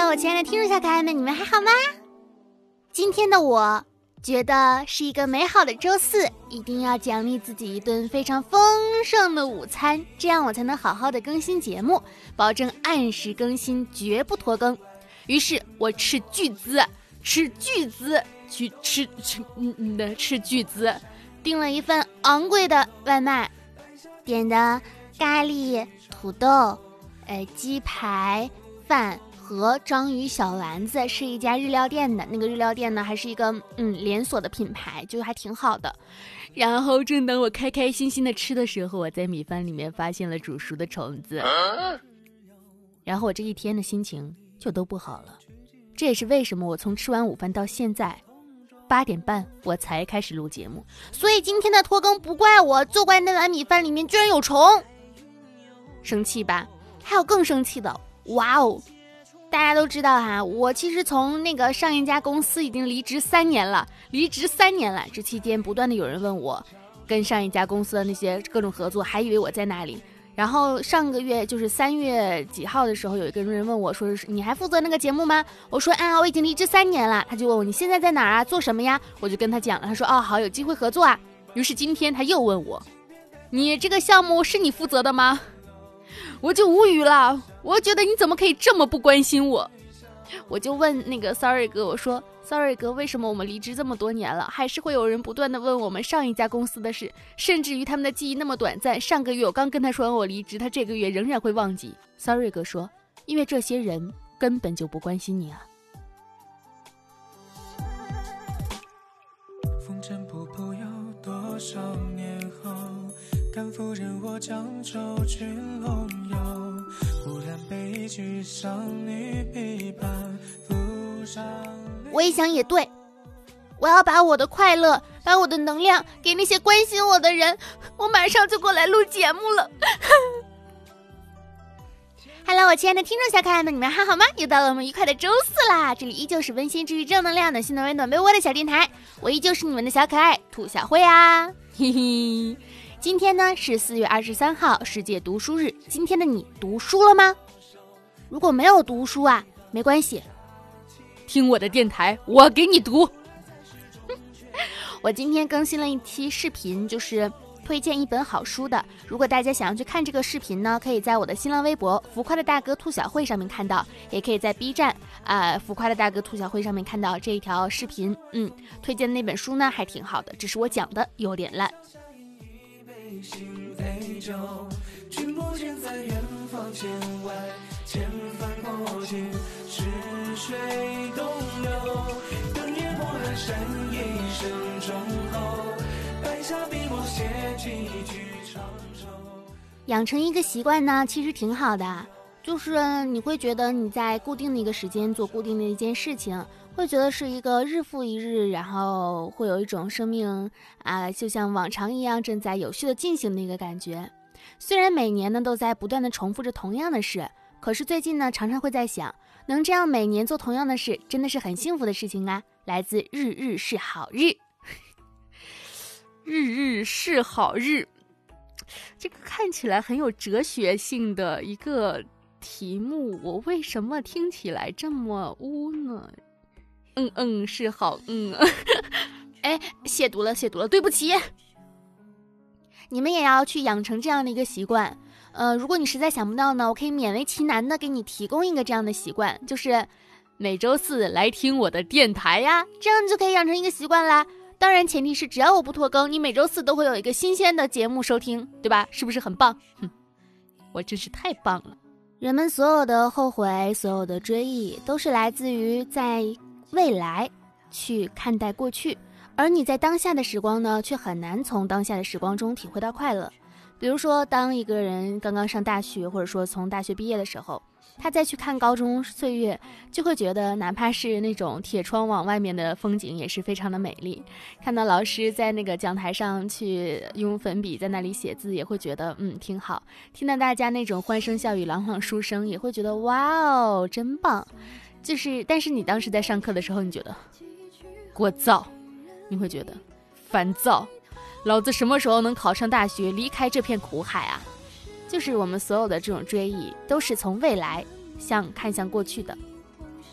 我亲爱的听众小可爱们，你们还好吗？今天的我觉得是一个美好的周四，一定要奖励自己一顿非常丰盛的午餐，这样我才能好好的更新节目，保证按时更新，绝不拖更。于是我斥巨资订了一份昂贵的外卖，点的咖喱、土豆、鸡排、饭和章鱼小丸子，是一家日料店的。那个日料店呢，还是一个连锁的品牌，就还挺好的。然后正当我开开心心的吃的时候，我在米饭里面发现了煮熟的虫子，然后我这一天的心情就都不好了。这也是为什么我从吃完午饭到现在8点半我才开始录节目，所以今天的拖更不怪我，就怪那碗米饭里面居然有虫。生气吧？还有更生气的，哇哦！大家都知道哈，我其实从那个上一家公司已经离职3年了。这期间不断的有人问我跟上一家公司的那些各种合作，还以为我在哪里。然后上个月就是3月几号的时候，有一个人问我说，你还负责那个节目吗？我说我已经离职3年了。他就问我你现在在哪儿啊，做什么呀？我就跟他讲了，他说好，有机会合作啊。于是今天他又问我，你这个项目是你负责的吗？我就无语了，我觉得你怎么可以这么不关心我？我就问那个 Sorry 哥，我说 Sorry 哥，为什么我们离职这么多年了，还是会有人不断的问我们上一家公司的事，甚至于他们的记忆那么短暂，上个月我刚跟他说完我离职，他这个月仍然会忘记。 Sorry 哥说，因为这些人根本就不关心你啊。 风尘仆仆有多少年后，甘夫人我江州君龙游，忽然悲剧少女琵琶浮上。 我一想也对，我要把我的快乐，把我的能量给那些关心我的人，我马上就过来录节目了。Hello， 我亲爱的听众小可爱们，你们还好吗？又到了我们愉快的周四啦！这里依旧是温馨治愈正能量的新暖温暖被窝的小电台，我依旧是你们的小可爱兔小慧啊，嘿嘿。今天呢是4月23号，世界读书日。今天的你读书了吗？如果没有读书啊，没关系，听我的电台，我给你读。我今天更新了一期视频，就是推荐一本好书的。如果大家想要去看这个视频呢，可以在我的新浪微博浮夸的大哥兔小慧上面看到，也可以在 B 站浮夸的大哥兔小慧上面看到这一条视频。推荐的那本书呢还挺好的，只是我讲的有点烂。君不见在远方千外千帆过尽，逝水东流，等夜蓦然山一声钟后，白下笔墨写几句长愁。养成一个习惯呢其实挺好的，就是你会觉得你在固定的一个时间做固定的一件事情，会觉得是一个日复一日，然后会有一种生命就像往常一样正在有序的进行的一个感觉。虽然每年呢都在不断的重复着同样的事，可是最近呢常常会在想，能这样每年做同样的事真的是很幸福的事情啊。来自日日是好日。日日是好日，这个看起来很有哲学性的一个题目，我为什么听起来这么污呢？是好亵渎了，对不起。你们也要去养成这样的一个习惯。如果你实在想不到呢，我可以勉为其难的给你提供一个这样的习惯，就是每周4来听我的电台呀，这样就可以养成一个习惯啦。当然前提是只要我不拖更，你每周4都会有一个新鲜的节目收听，对吧？是不是很棒？我真是太棒了。人们所有的后悔，所有的追忆，都是来自于在未来去看待过去，而你在当下的时光呢，却很难从当下的时光中体会到快乐。比如说，当一个人刚刚上大学，或者说从大学毕业的时候，他再去看高中岁月，就会觉得哪怕是那种铁窗往外面的风景也是非常的美丽。看到老师在那个讲台上去用粉笔在那里写字，也会觉得挺好。听到大家那种欢声笑语、朗朗书声，也会觉得哇哦，真棒。但是你当时在上课的时候，你觉得聒噪，你会觉得烦躁，老子什么时候能考上大学，离开这片苦海啊？就是我们所有的这种追忆，都是从未来看向过去的。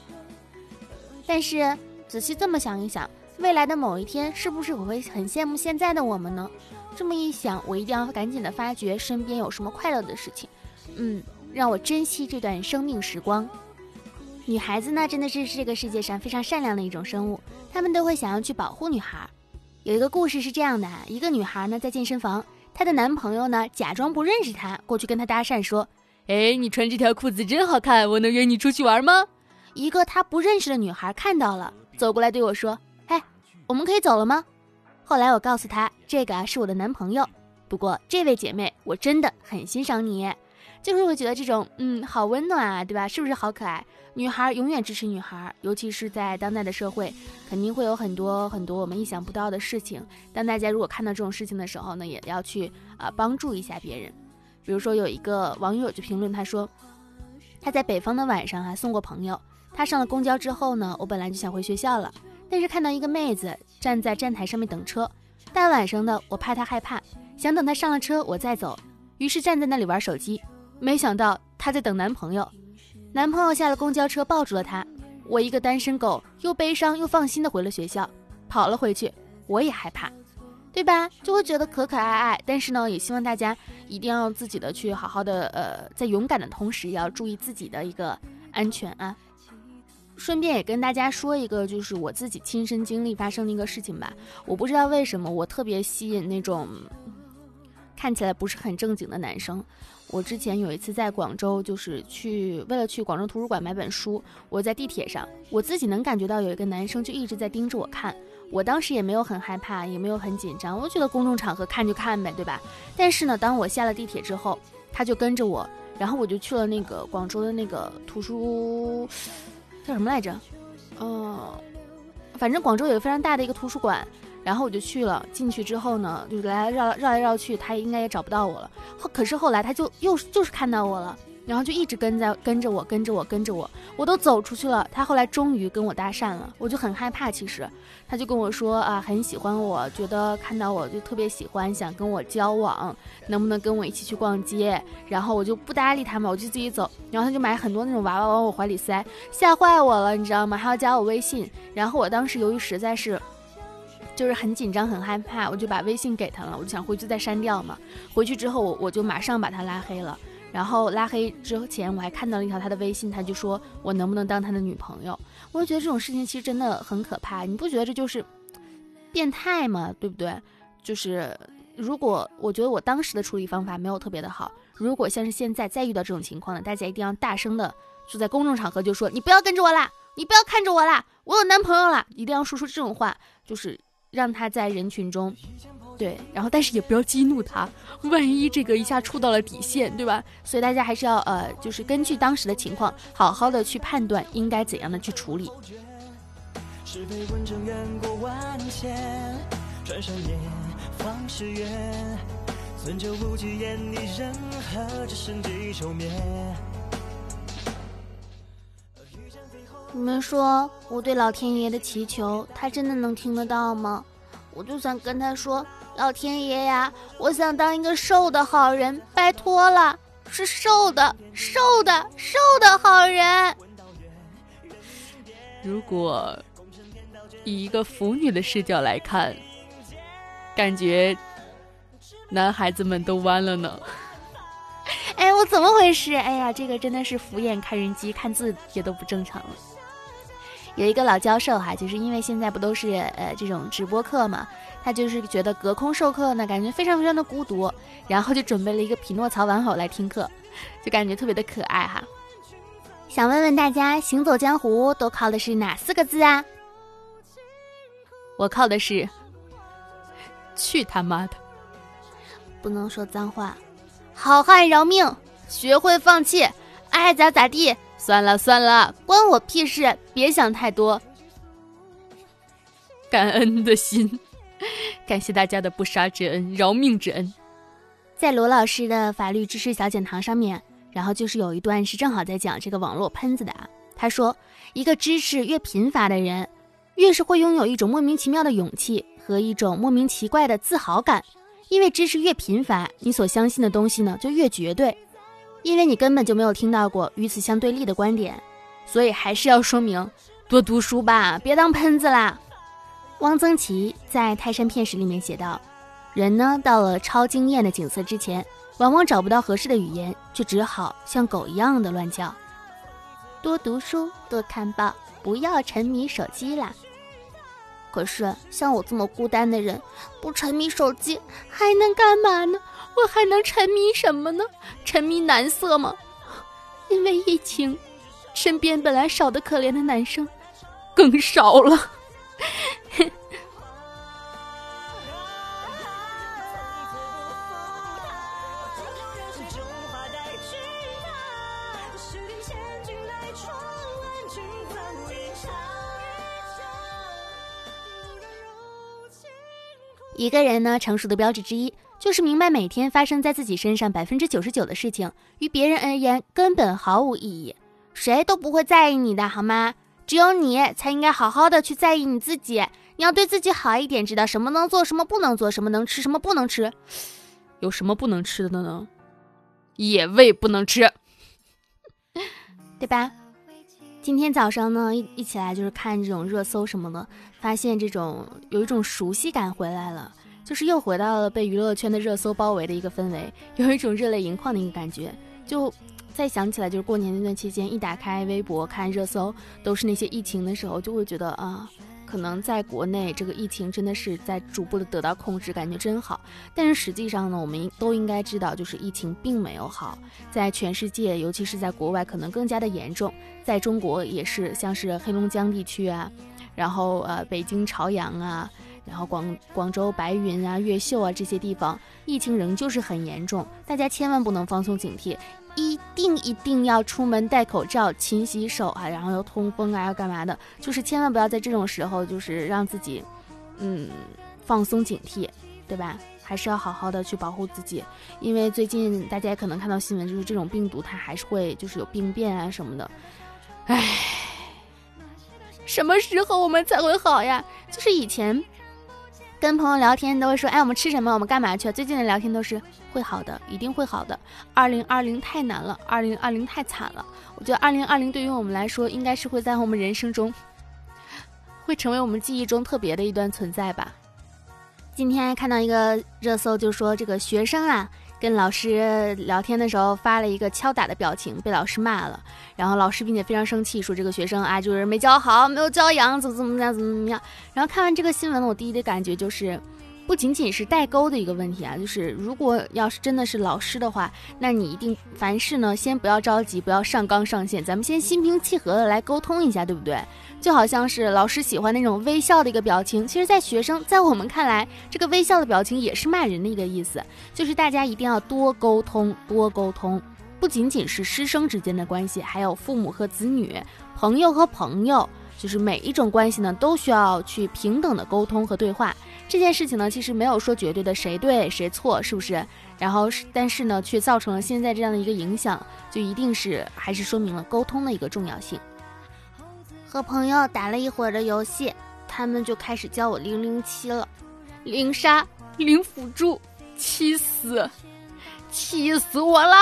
但是仔细这么想一想，未来的某一天是不是我会很羡慕现在的我们呢？这么一想，我一定要赶紧的发掘身边有什么快乐的事情，让我珍惜这段生命时光。女孩子呢，真的是这个世界上非常善良的一种生物，她们都会想要去保护女孩。有一个故事是这样的，一个女孩呢在健身房，她的男朋友呢假装不认识她，过去跟她搭讪说，你穿这条裤子真好看，我能约你出去玩吗？一个她不认识的女孩看到了，走过来对我说，我们可以走了吗？后来我告诉她，这个是我的男朋友，不过这位姐妹我真的很欣赏你，就是会觉得这种好温暖啊，对吧？是不是好可爱？女孩永远支持女孩，尤其是在当代的社会，肯定会有很多很多我们意想不到的事情。当大家如果看到这种事情的时候呢，也要去帮助一下别人。比如说有一个网友就评论，他说他在北方的晚上送过朋友，他上了公交之后呢，我本来就想回学校了，但是看到一个妹子站在站台上面等车，大晚上的我怕她害怕，想等她上了车我再走，于是站在那里玩手机，没想到她在等男朋友。男朋友下了公交车抱住了她，我一个单身狗又悲伤又放心的回了学校，跑了回去，我也害怕，对吧？就会觉得可可爱爱，但是呢，也希望大家一定要自己的去好好的在勇敢的同时，也要注意自己的一个安全啊。顺便也跟大家说一个，就是我自己亲身经历发生的一个事情吧。我不知道为什么我特别吸引那种看起来不是很正经的男生。我之前有一次在广州，就是为了去广州图书馆买本书，我在地铁上，我自己能感觉到有一个男生就一直在盯着我看。我当时也没有很害怕，也没有很紧张，我觉得公众场合看就看呗，对吧？但是呢，当我下了地铁之后，他就跟着我，然后我就去了那个广州的那个图书叫什么来着？反正广州有个非常大的一个图书馆，然后我就去了。进去之后呢，就是绕来绕去，他应该也找不到我了。可是后来他就是看到我了，然后就一直跟着我，我都走出去了。他后来终于跟我搭讪了，我就很害怕。其实他就跟我说很喜欢我，觉得看到我就特别喜欢，想跟我交往，能不能跟我一起去逛街？然后我就不搭理他嘛，我就自己走。然后他就买很多那种娃娃往我怀里塞，吓坏我了，你知道吗？还要加我微信。然后我当时由于实在是就是很紧张很害怕，我就把微信给他了，我就想回去再删掉嘛。回去之后我就马上把他拉黑了。然后拉黑之前我还看到了一条他的微信，他就说我能不能当他的女朋友。我就觉得这种事情其实真的很可怕，你不觉得这就是变态吗？对不对？就是如果我觉得我当时的处理方法没有特别的好，如果像是现在再遇到这种情况呢，大家一定要大声的就在公众场合就说，你不要跟着我啦，你不要看着我啦，我有男朋友啦，一定要说出这种话，就是让他在人群中对，然后但是也不要激怒他，万一这个一下触到了底线，对吧？所以大家还是要就是根据当时的情况好好的去判断应该怎样的去处理。是非问政远过万千，转身也方是远，存就不及眼里人何之生机愁灭。你们说我对老天爷的祈求，他真的能听得到吗？我就想跟他说，老天爷呀，我想当一个瘦的好人，拜托了，是瘦的好人。如果以一个腐女的视角来看，感觉男孩子们都弯了呢。我怎么回事？这个真的是俯眼看人机，看字也都不正常了。有一个老教授就是因为现在不都是这种直播课嘛，他就是觉得隔空授课呢，感觉非常非常的孤独，然后就准备了一个匹诺曹玩偶来听课，就感觉特别的可爱哈。想问问大家，行走江湖都靠的是哪4个字啊？我靠的是去他妈的，不能说脏话，好汉饶命，学会放弃，爱咋咋地，算了，关我屁事，别想太多。感恩的心，感谢大家的不杀之恩，饶命之恩。在罗老师的法律知识小讲堂上面，然后就是有一段是正好在讲这个网络喷子的他说，一个知识越贫乏的人，越是会拥有一种莫名其妙的勇气和一种莫名奇怪的自豪感，因为知识越贫乏，你所相信的东西呢就越绝对，因为你根本就没有听到过与此相对立的观点，所以还是要说明多读书吧，别当喷子啦。汪曾祺在《泰山片时》里面写道，人呢到了超惊艳的景色之前，往往找不到合适的语言，就只好像狗一样的乱叫。多读书，多看报，不要沉迷手机啦。可是像我这么孤单的人，不沉迷手机还能干嘛呢？我还能沉迷什么呢？沉迷男色吗？因为疫情，身边本来少得可怜的男生更少了。一个人呢，成熟的标志之一，就是明白每天发生在自己身上99%的事情，于别人而言根本毫无意义，谁都不会在意你的，好吗？只有你才应该好好的去在意你自己，你要对自己好一点，知道什么能做，什么不能做，什么能吃，什么不能吃。有什么不能吃的呢？野味不能吃，对吧？今天早上呢，一起来就是看这种热搜什么的，发现这种有一种熟悉感回来了，就是又回到了被娱乐圈的热搜包围的一个氛围，有一种热泪盈眶的一个感觉。就再想起来，就是过年那段期间，一打开微博看热搜，都是那些疫情的时候，就会觉得啊，可能在国内这个疫情真的是在逐步的得到控制，感觉真好。但是实际上呢，我们都应该知道，就是疫情并没有好，在全世界，尤其是在国外，可能更加的严重。在中国也是，像是黑龙江地区啊，然后北京朝阳啊，然后广州白云啊、越秀啊这些地方，疫情仍旧是很严重，大家千万不能放松警惕，一定要出门戴口罩、勤洗手啊，然后要通风啊，要干嘛的，就是千万不要在这种时候就是让自己放松警惕，对吧？还是要好好的去保护自己，因为最近大家也可能看到新闻，就是这种病毒它还是会就是有病变啊什么的。唉，什么时候我们才会好呀？就是以前跟朋友聊天都会说，哎，我们吃什么，我们干嘛去？最近的聊天都是会好的，一定会好的。2020太难了，2020太惨了。我觉得2020对于我们来说，应该是会在我们人生中会成为我们记忆中特别的一段存在吧。今天还看到一个热搜，就说这个学生啊跟老师聊天的时候发了一个敲打的表情，被老师骂了，然后老师并且非常生气，说这个学生啊就是没教好，没有教养，怎么样。然后看完这个新闻呢，我第一的感觉就是不仅仅是代沟的一个问题啊，就是如果要是真的是老师的话，那你一定凡事呢先不要着急，不要上纲上线，咱们先心平气和的来沟通一下，对不对？就好像是老师喜欢那种微笑的一个表情，其实在学生在我们看来，这个微笑的表情也是骂人的一个意思，就是大家一定要多沟通，不仅仅是师生之间的关系，还有父母和子女，朋友和朋友，就是每一种关系呢都需要去平等的沟通和对话。这件事情呢其实没有说绝对的谁对谁错，是不是？然后但是呢却造成了现在这样的一个影响，就一定是还是说明了沟通的一个重要性。和朋友打了一会儿的游戏，他们就开始叫我007了，0杀0辅助，气死我了。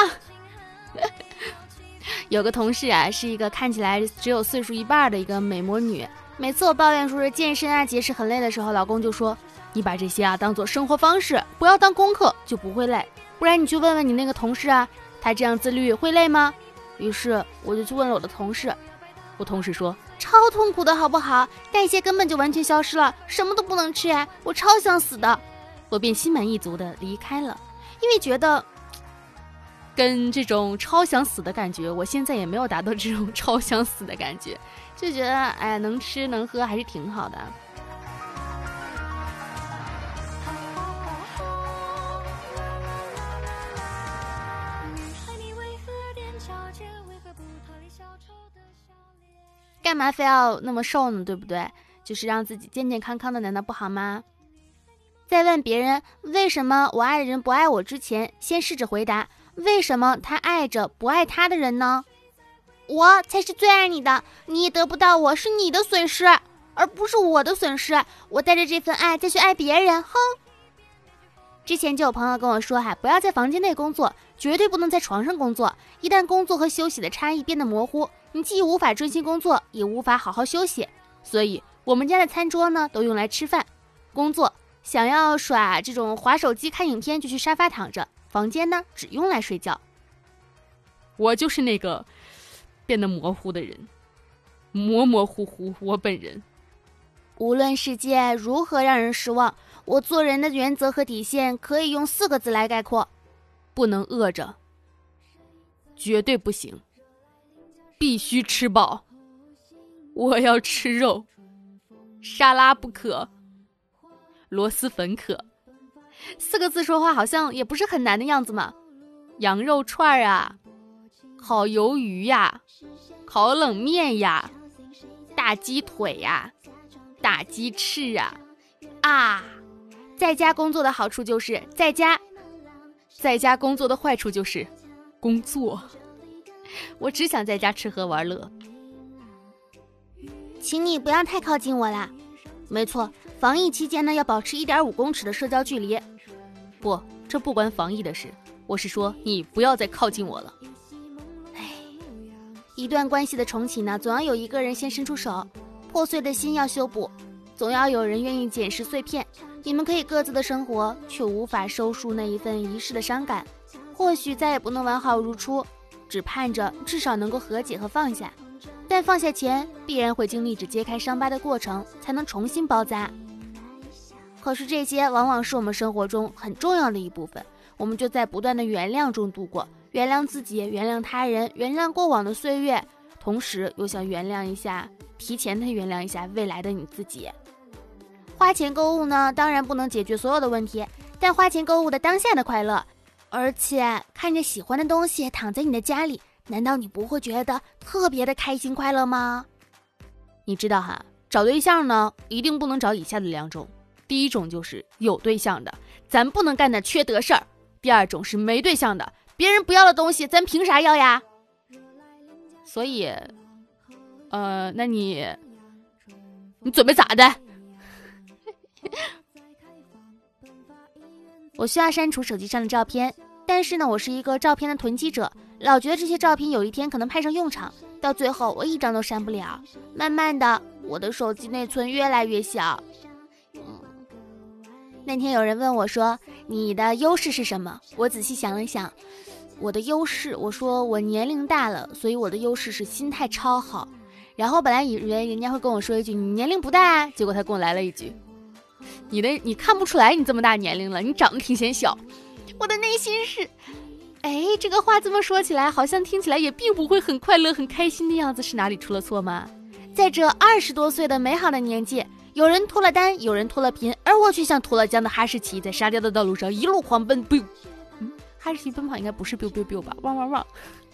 有个同事啊，是一个看起来只有岁数一半的一个美魔女，每次我抱怨说是健身啊节食很累的时候，老公就说，你把这些啊当做生活方式，不要当功课，就不会累。不然你去问问你那个同事啊，他这样自律会累吗？于是我就去问了我的同事，我同事说超痛苦的好不好，代谢根本就完全消失了，什么都不能吃啊，我超想死的。我便心满意足的离开了，因为觉得跟这种超想死的感觉，我现在也没有达到这种超想死的感觉，就觉得哎，能吃能喝还是挺好的。干嘛非要那么瘦呢，对不对？就是让自己健健康康的，难道不好吗？在问别人为什么我爱的人不爱我之前，先试着回答为什么他爱着不爱他的人呢？我才是最爱你的，你得不到我是你的损失，而不是我的损失。我带着这份爱再去爱别人，哼！ 之前就有朋友跟我说不要在房间内工作，绝对不能在床上工作，一旦工作和休息的差异变得模糊，你既无法专心工作，也无法好好休息。所以我们家的餐桌呢都用来吃饭工作，想要耍这种滑手机看影片就去沙发躺着，房间呢只用来睡觉。我就是那个变得模糊的人，模模糊糊我本人。无论世界如何让人失望，我做人的原则和底线可以用4个字来概括：不能饿着，绝对不行，必须吃饱，我要吃肉，沙拉不可，螺蛳粉可。4个字说话好像也不是很难的样子嘛。羊肉串啊，烤鱿鱼呀，烤冷面呀，大鸡腿呀，大鸡翅啊！在家工作的好处就是在家工作的坏处就是工作。我只想在家吃喝玩乐。请你不要太靠近我啦。没错，防疫期间呢，要保持1.5公尺的社交距离。不，这不关防疫的事，我是说你不要再靠近我了。一段关系的重启呢，总要有一个人先伸出手，破碎的心要修补，总要有人愿意捡拾碎片。你们可以各自的生活，却无法收束那一份遗失的伤感。或许再也不能完好如初，只盼着至少能够和解和放下。但放下前，必然会经历着揭开伤疤的过程，才能重新包扎。可是这些往往是我们生活中很重要的一部分，我们就在不断的原谅中度过，原谅自己，原谅他人，原谅过往的岁月，同时又想提前的原谅一下未来的你自己。花钱购物呢，当然不能解决所有的问题，但花钱购物的当下的快乐，而且看着喜欢的东西躺在你的家里，难道你不会觉得特别的开心快乐吗？你知道找对象呢，一定不能找以下的2种。第一种就是有对象的，咱不能干那缺德事儿；第二种是没对象的，别人不要的东西，咱凭啥要呀？所以，那你准备咋的？我需要删除手机上的照片，但是呢，我是一个照片的囤积者，老觉得这些照片有一天可能派上用场，到最后我一张都删不了。慢慢的，我的手机内存越来越小。那天有人问我说，你的优势是什么？我仔细想了想，我的优势，我说我年龄大了，所以我的优势是心态超好。然后本来以为人家会跟我说一句，你年龄不大啊，结果他跟我来了一句，你看不出来你这么大年龄了，你长得挺显小。我的内心是，这个话这么说起来，好像听起来也并不会很快乐很开心的样子，是哪里出了错吗？在这20多岁的美好的年纪，有人脱了单，有人脱了贫，而我却像脱了缰的哈士奇，在沙雕的道路上一路狂奔。哈士奇奔跑应该不是 biu biu biu 吧，汪汪汪。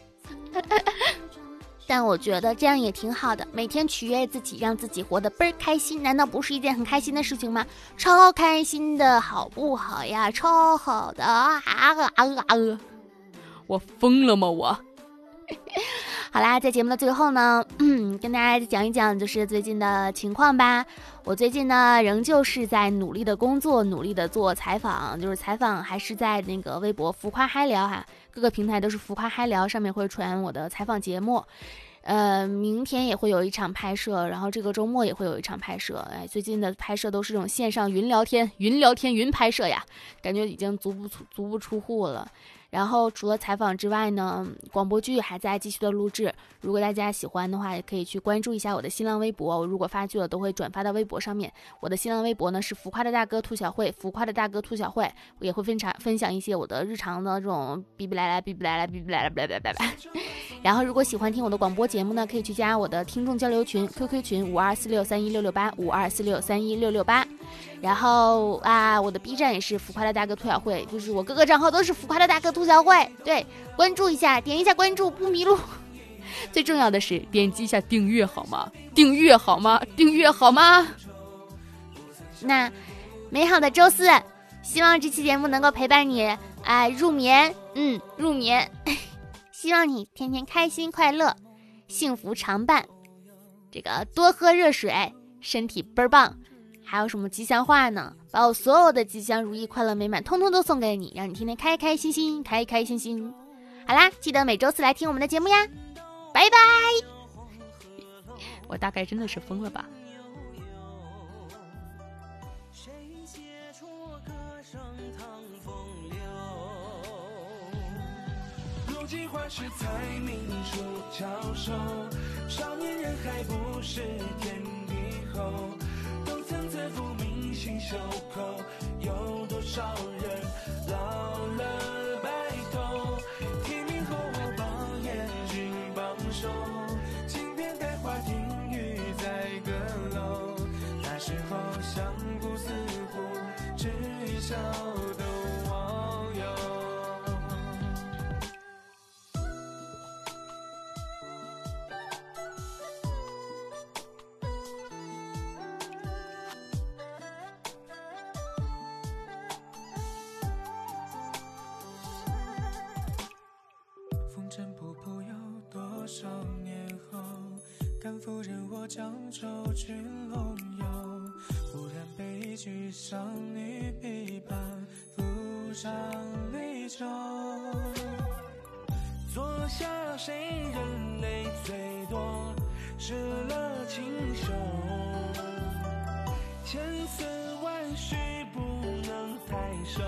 但我觉得这样也挺好的，每天取悦自己，让自己活得倍儿开心，难道不是一件很开心的事情吗？超开心的好不好呀？超好的我疯了吗我？好啦，在节目的最后呢，跟大家讲一讲就是最近的情况吧。我最近呢仍旧是在努力的工作，努力的做采访，就是采访还是在那个微博浮夸嗨聊各个平台都是浮夸嗨聊，上面会传我的采访节目。明天也会有一场拍摄，然后这个周末也会有一场拍摄。最近的拍摄都是这种线上云聊天、云拍摄呀，感觉已经足不出户了。然后除了采访之外呢，广播剧还在继续的录制。如果大家喜欢的话，也可以去关注一下我的新浪微博。我如果发剧了，都会转发到微博上面。我的新浪微博呢是浮夸的大哥兔小慧，浮夸的大哥兔小慧。我也会分享一些我的日常的这种哔哔来，然后如果喜欢听我的广播节目呢，可以去加我的听众交流群 QQ 群524631668524631668。然后我的 B 站也是浮夸的大哥兔小慧，就是我各个账号都是浮夸的大哥兔小慧，对，关注一下，点一下关注，不迷路。最重要的是点击一下订阅好吗？订阅好吗？那美好的周四，希望这期节目能够陪伴你入眠，希望你天天开心快乐，幸福常伴。这个多喝热水，身体倍儿棒。 还有什么吉祥话呢？把我所有的吉祥如意、快乐美满通通都送给你，让你天天开开心心，开开心心。好啦，记得每周四来听我们的节目呀，拜拜。我大概真的是疯了吧。 如今换是才名出教授，少年人还不是天地后，都曾自负铭心袖口，有多少人老了白头？天明后我把眼睛绑手，轻便带花听雨在阁楼，那时候相顾似乎只笑的网友。风尘仆仆有多少年后，甘夫人我江州君龙游，忽然被一句商女琵琶浮上离愁。坐下谁人泪最多，失了清秀，千丝万绪不能抬手，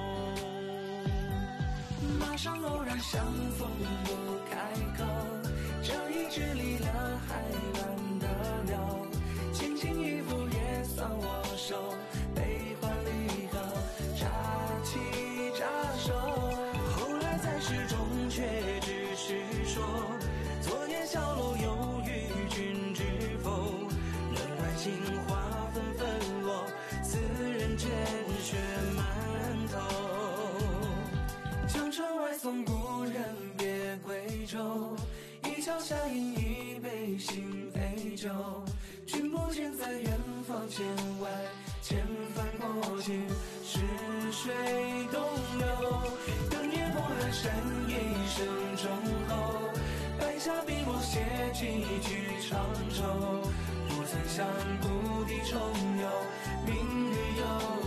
马上偶然相逢不开口，这一支离了还乱得了，轻轻一拂也算我手，悲欢离合乍起乍收，后来在诗中却只是说，昨年小楼有与君知否，门外杏花纷纷落，思人间雪满头，江城外送故人别归舟，一桥下饮一杯新醅酒，君不见在远方，千外千帆过尽，逝水东流，等夜泊寒山一声忠厚，白下笔墨写几句长愁，不曾想故地重游，明日又